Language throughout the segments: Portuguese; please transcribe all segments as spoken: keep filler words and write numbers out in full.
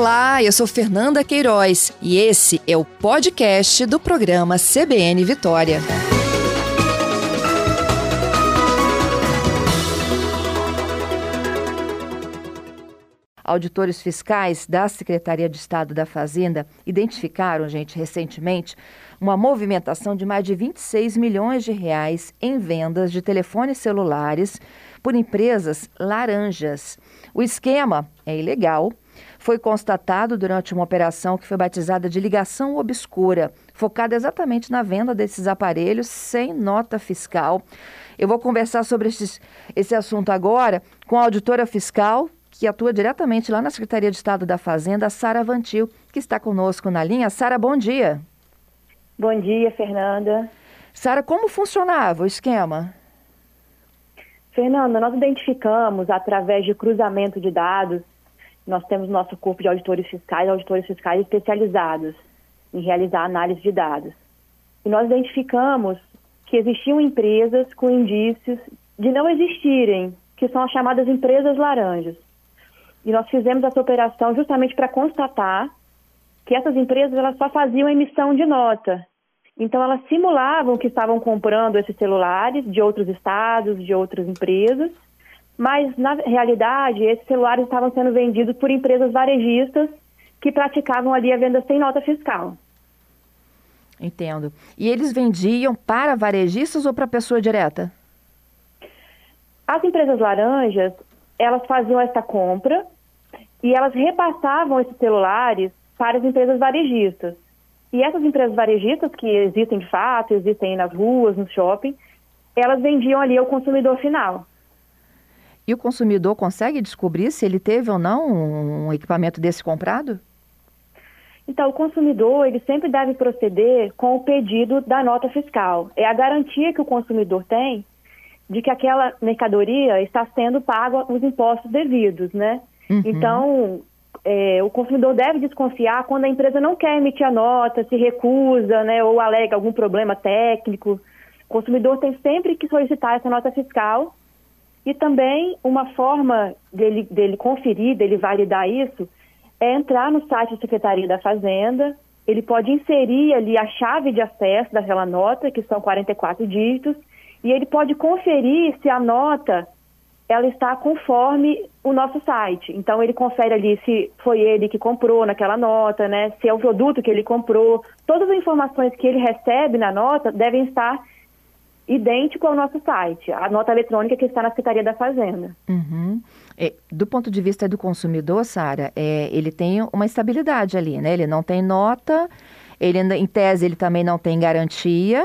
Olá, eu sou Fernanda Queiroz e esse é o podcast do programa C B N Vitória. Auditores fiscais da Secretaria de Estado da Fazenda identificaram, gente, recentemente, uma movimentação de mais de vinte e seis milhões de reais em vendas de telefones celulares por empresas laranjas. O esquema é ilegal. Foi constatado durante uma operação que foi batizada de ligação obscura, focada exatamente na venda desses aparelhos sem nota fiscal. Eu vou conversar sobre esses, esse assunto agora com a auditora fiscal, que atua diretamente lá na Secretaria de Estado da Fazenda, a Sara Vantil, que está conosco na linha. Sara, bom dia. Bom dia, Fernanda. Sara, como funcionava o esquema? Fernanda, nós identificamos através de cruzamento de dados. Nós temos nosso corpo de auditores fiscais, auditores fiscais especializados em realizar análise de dados. E nós identificamos que existiam empresas com indícios de não existirem, que são as chamadas empresas laranjas. E nós fizemos essa operação justamente para constatar que essas empresas elas só faziam emissão de nota. Então, elas simulavam que estavam comprando esses celulares de outros estados, de outras empresas, mas, na realidade, esses celulares estavam sendo vendidos por empresas varejistas que praticavam ali a venda sem nota fiscal. Entendo. E eles vendiam para varejistas ou para pessoa direta? As empresas laranjas, elas faziam essa compra e elas repassavam esses celulares para as empresas varejistas. E essas empresas varejistas, que existem de fato, existem nas ruas, no shopping, elas vendiam ali ao consumidor final. E o consumidor consegue descobrir se ele teve ou não um equipamento desse comprado? Então, o consumidor ele sempre deve proceder com o pedido da nota fiscal. É a garantia que o consumidor tem de que aquela mercadoria está sendo paga os impostos devidos, né? Uhum. Então, é, o consumidor deve desconfiar quando a empresa não quer emitir a nota, se recusa, né, ou alega algum problema técnico. O consumidor tem sempre que solicitar essa nota fiscal. E também uma forma dele, dele conferir, dele validar isso, é entrar no site da Secretaria da Fazenda. Ele pode inserir ali a chave de acesso daquela nota, que são quarenta e quatro dígitos, e ele pode conferir se a nota ela está conforme o nosso site. Então, ele confere ali se foi ele que comprou naquela nota, né? Se é o produto que ele comprou. Todas as informações que ele recebe na nota devem estar idêntico ao nosso site, a nota eletrônica que está na Secretaria da Fazenda. Uhum. É, do ponto de vista do consumidor, Sara, é, ele tem uma estabilidade ali, né? Ele não tem nota, ele, em tese ele também não tem garantia,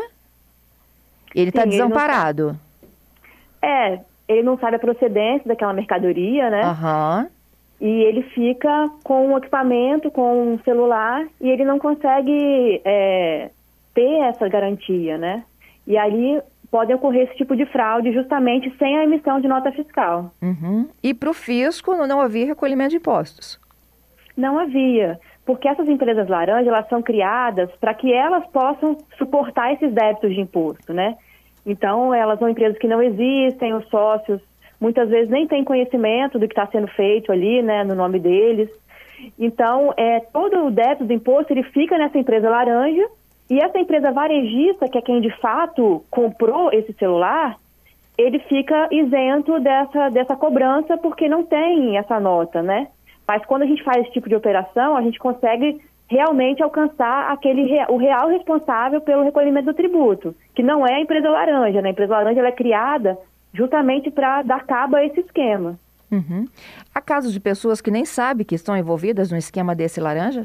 ele está desamparado. Ele é, ele não sabe a procedência daquela mercadoria, né? Uhum. E ele fica com um equipamento, com um celular, e ele não consegue é, ter essa garantia, né? E aí pode ocorrer esse tipo de fraude justamente sem a emissão de nota fiscal. Uhum. E para o fisco não havia recolhimento de impostos? Não havia, porque essas empresas laranjas elas são criadas para que elas possam suportar esses débitos de imposto, né? Então, elas são empresas que não existem, os sócios muitas vezes nem têm conhecimento do que está sendo feito ali, né, no nome deles. Então, é, todo o débito do imposto ele fica nessa empresa laranja. E essa empresa varejista, que é quem de fato comprou esse celular, ele fica isento dessa, dessa cobrança porque não tem essa nota, né? Mas quando a gente faz esse tipo de operação, a gente consegue realmente alcançar aquele, o real responsável pelo recolhimento do tributo, que não é a empresa laranja, né? A empresa laranja ela é criada justamente para dar cabo a esse esquema. Uhum. Há casos de pessoas que nem sabem que estão envolvidas no esquema desse laranja?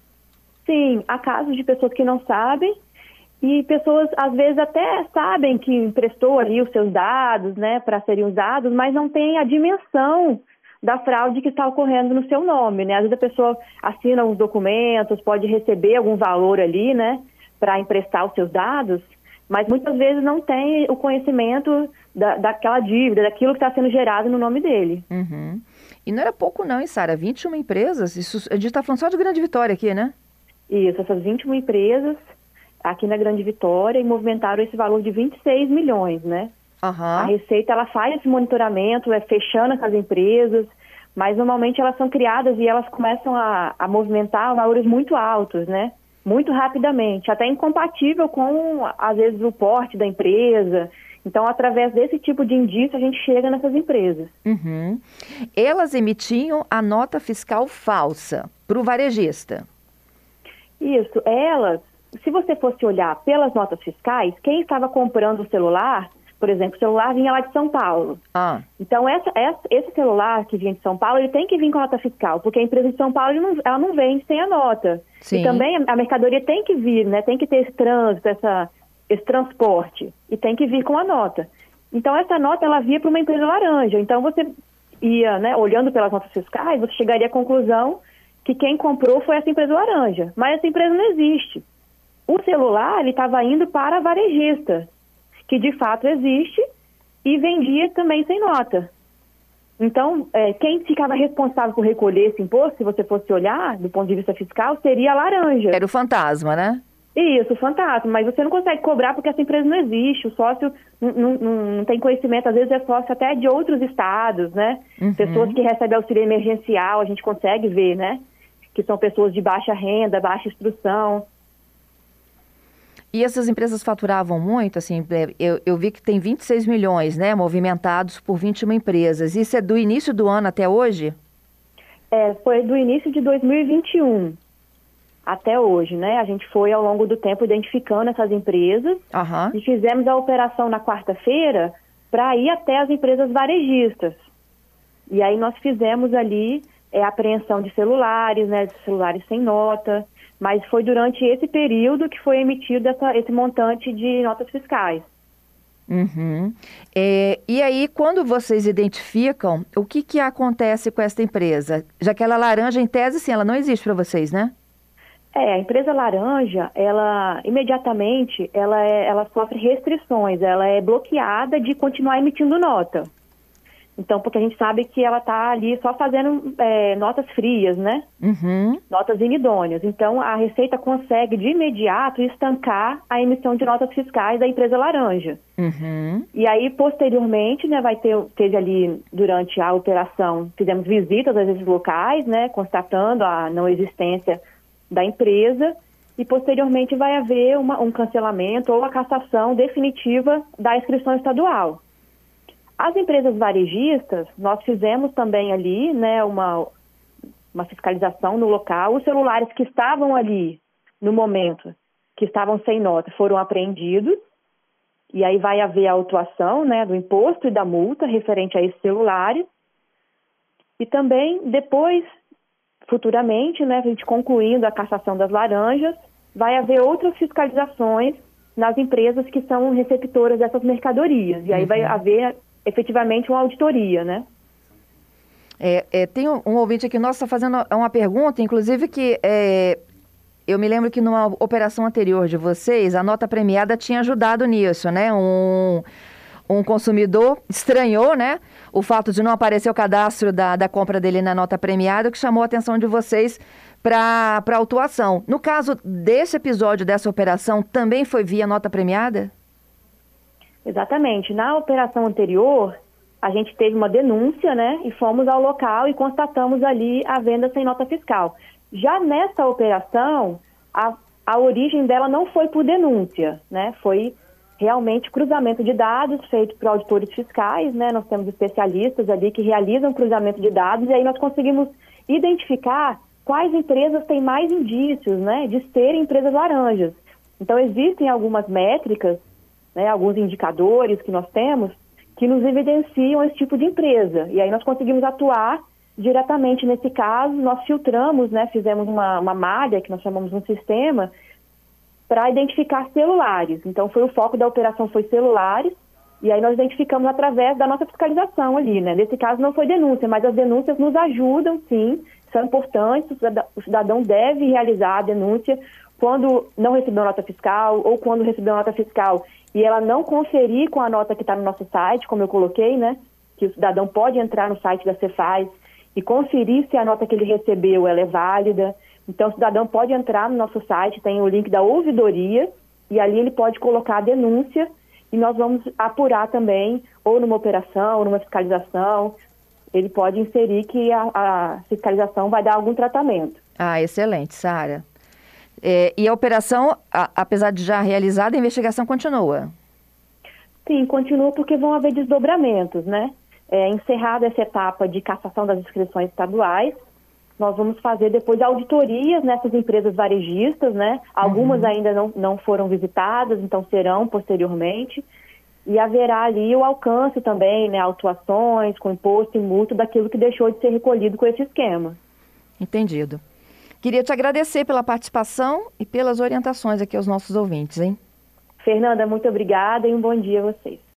Sim, há casos de pessoas que não sabem e pessoas, às vezes, até sabem que emprestou ali os seus dados, né, para serem usados, mas não tem a dimensão da fraude que está ocorrendo no seu nome, né? Às vezes a pessoa assina uns documentos, pode receber algum valor ali, né, para emprestar os seus dados, mas muitas vezes não tem o conhecimento da, daquela dívida, daquilo que está sendo gerado no nome dele. Uhum. E não era pouco não, hein, Sara? vinte e uma empresas, isso, a gente está falando só de Grande Vitória aqui, né? Isso, essas vinte e uma empresas aqui na Grande Vitória e movimentaram esse valor de vinte e seis milhões, né? Uhum. A Receita, ela faz esse monitoramento, é fechando essas empresas, mas normalmente elas são criadas e elas começam a, a movimentar valores muito altos, né? Muito rapidamente, até incompatível com, às vezes, o porte da empresa. Então, através desse tipo de indício, a gente chega nessas empresas. Uhum. Elas emitiam a nota fiscal falsa para o varejista. Isso, elas, se você fosse olhar pelas notas fiscais, quem estava comprando o celular, por exemplo, o celular vinha lá de São Paulo. Ah. Então, essa, essa, esse celular que vinha de São Paulo, ele tem que vir com a nota fiscal, porque a empresa de São Paulo ele não, ela não vende sem a nota. Sim. E também a, a mercadoria tem que vir, né? Tem que ter esse trânsito, essa, esse transporte, e tem que vir com a nota. Então, essa nota, ela via para uma empresa laranja. Então, você ia, né, olhando pelas notas fiscais, você chegaria à conclusão que quem comprou foi essa empresa laranja. Mas essa empresa não existe. O celular, ele estava indo para a varejista, que de fato existe, e vendia também sem nota. Então, é, quem ficava responsável por recolher esse imposto, se você fosse olhar do ponto de vista fiscal, seria a laranja. Era o fantasma, né? Isso, o fantasma. Mas você não consegue cobrar porque essa empresa não existe. O sócio não, não, não tem conhecimento, às vezes é sócio até de outros estados, né? Uhum. Pessoas que recebem auxílio emergencial, a gente consegue ver, né? Que são pessoas de baixa renda, baixa instrução. E essas empresas faturavam muito, assim, eu, eu vi que tem vinte e seis milhões, né, movimentados por vinte e uma empresas. Isso é do início do ano até hoje? É, foi do início de dois mil e vinte e um até hoje, né? A gente foi ao longo do tempo identificando essas empresas. Uhum. E fizemos a operação na quarta-feira para ir até as empresas varejistas. E aí nós fizemos ali é, apreensão de celulares, né, de celulares sem nota. Mas foi durante esse período que foi emitido essa, esse montante de notas fiscais. Uhum. É, e aí, quando vocês identificam, o que, que acontece com essa empresa? Já que ela laranja, em tese, sim, ela não existe para vocês, né? É, a empresa laranja, ela, imediatamente, ela, é, ela sofre restrições, ela é bloqueada de continuar emitindo nota. Então, porque a gente sabe que ela está ali só fazendo é, notas frias, né? Uhum. Notas inidôneas. Então, a Receita consegue, de imediato, estancar a emissão de notas fiscais da empresa laranja. Uhum. E aí, posteriormente, né, vai ter, teve ali, durante a operação, fizemos visitas a esses locais, né, constatando a não existência da empresa, e posteriormente vai haver uma, um cancelamento ou a cassação definitiva da inscrição estadual. As empresas varejistas, nós fizemos também ali, né, uma, uma fiscalização no local. Os celulares que estavam ali no momento, que estavam sem nota, foram apreendidos. E aí vai haver a autuação, né, do imposto e da multa referente a esses celulares. E também, depois, futuramente, né, a gente concluindo a cassação das laranjas, vai haver outras fiscalizações nas empresas que são receptoras dessas mercadorias. E aí uhum. vai haver efetivamente uma auditoria, né? É, é, tem um, um ouvinte aqui nosso está fazendo uma pergunta, inclusive que é, eu me lembro que numa operação anterior de vocês, a nota premiada tinha ajudado nisso, né? Um, um consumidor estranhou, né? O fato de não aparecer o cadastro da, da compra dele na nota premiada, que chamou a atenção de vocês para a autuação. No caso desse episódio, dessa operação, também foi via nota premiada? Exatamente. Na operação anterior, a gente teve uma denúncia, né? E fomos ao local e constatamos ali a venda sem nota fiscal. Já nessa operação, a, a origem dela não foi por denúncia, né? Foi realmente cruzamento de dados feito por auditores fiscais, né? Nós temos especialistas ali que realizam cruzamento de dados e aí nós conseguimos identificar quais empresas têm mais indícios, né? De serem empresas laranjas. Então, existem algumas métricas, né, alguns indicadores que nós temos que nos evidenciam esse tipo de empresa. E aí nós conseguimos atuar diretamente nesse caso, nós filtramos, né, fizemos uma, uma malha, que nós chamamos de um sistema, para identificar celulares. Então foi o foco da operação, foi celulares, e aí nós identificamos através da nossa fiscalização ali, né? Nesse caso não foi denúncia, mas as denúncias nos ajudam, sim, são importantes, o cidadão deve realizar a denúncia quando não recebeu nota fiscal ou quando recebeu nota fiscal e ela não conferir com a nota que está no nosso site, como eu coloquei, né? Que o cidadão pode entrar no site da Cefaz e conferir se a nota que ele recebeu ela é válida. Então, o cidadão pode entrar no nosso site, tem o link da ouvidoria, e ali ele pode colocar a denúncia, e nós vamos apurar também, ou numa operação, ou numa fiscalização, ele pode inserir que a, a fiscalização vai dar algum tratamento. Ah, excelente, Sara. É, e a operação, a, apesar de já realizada, a investigação continua? Sim, continua porque vão haver desdobramentos, né? É, encerrada essa etapa de cassação das inscrições estaduais, nós vamos fazer depois auditorias nessas empresas varejistas, né? Algumas uhum. ainda não, não foram visitadas, então serão posteriormente. E haverá ali o alcance também, né? Autuações com imposto e multa daquilo que deixou de ser recolhido com esse esquema. Entendido. Queria te agradecer pela participação e pelas orientações aqui aos nossos ouvintes, hein? Fernanda, muito obrigada e um bom dia a vocês.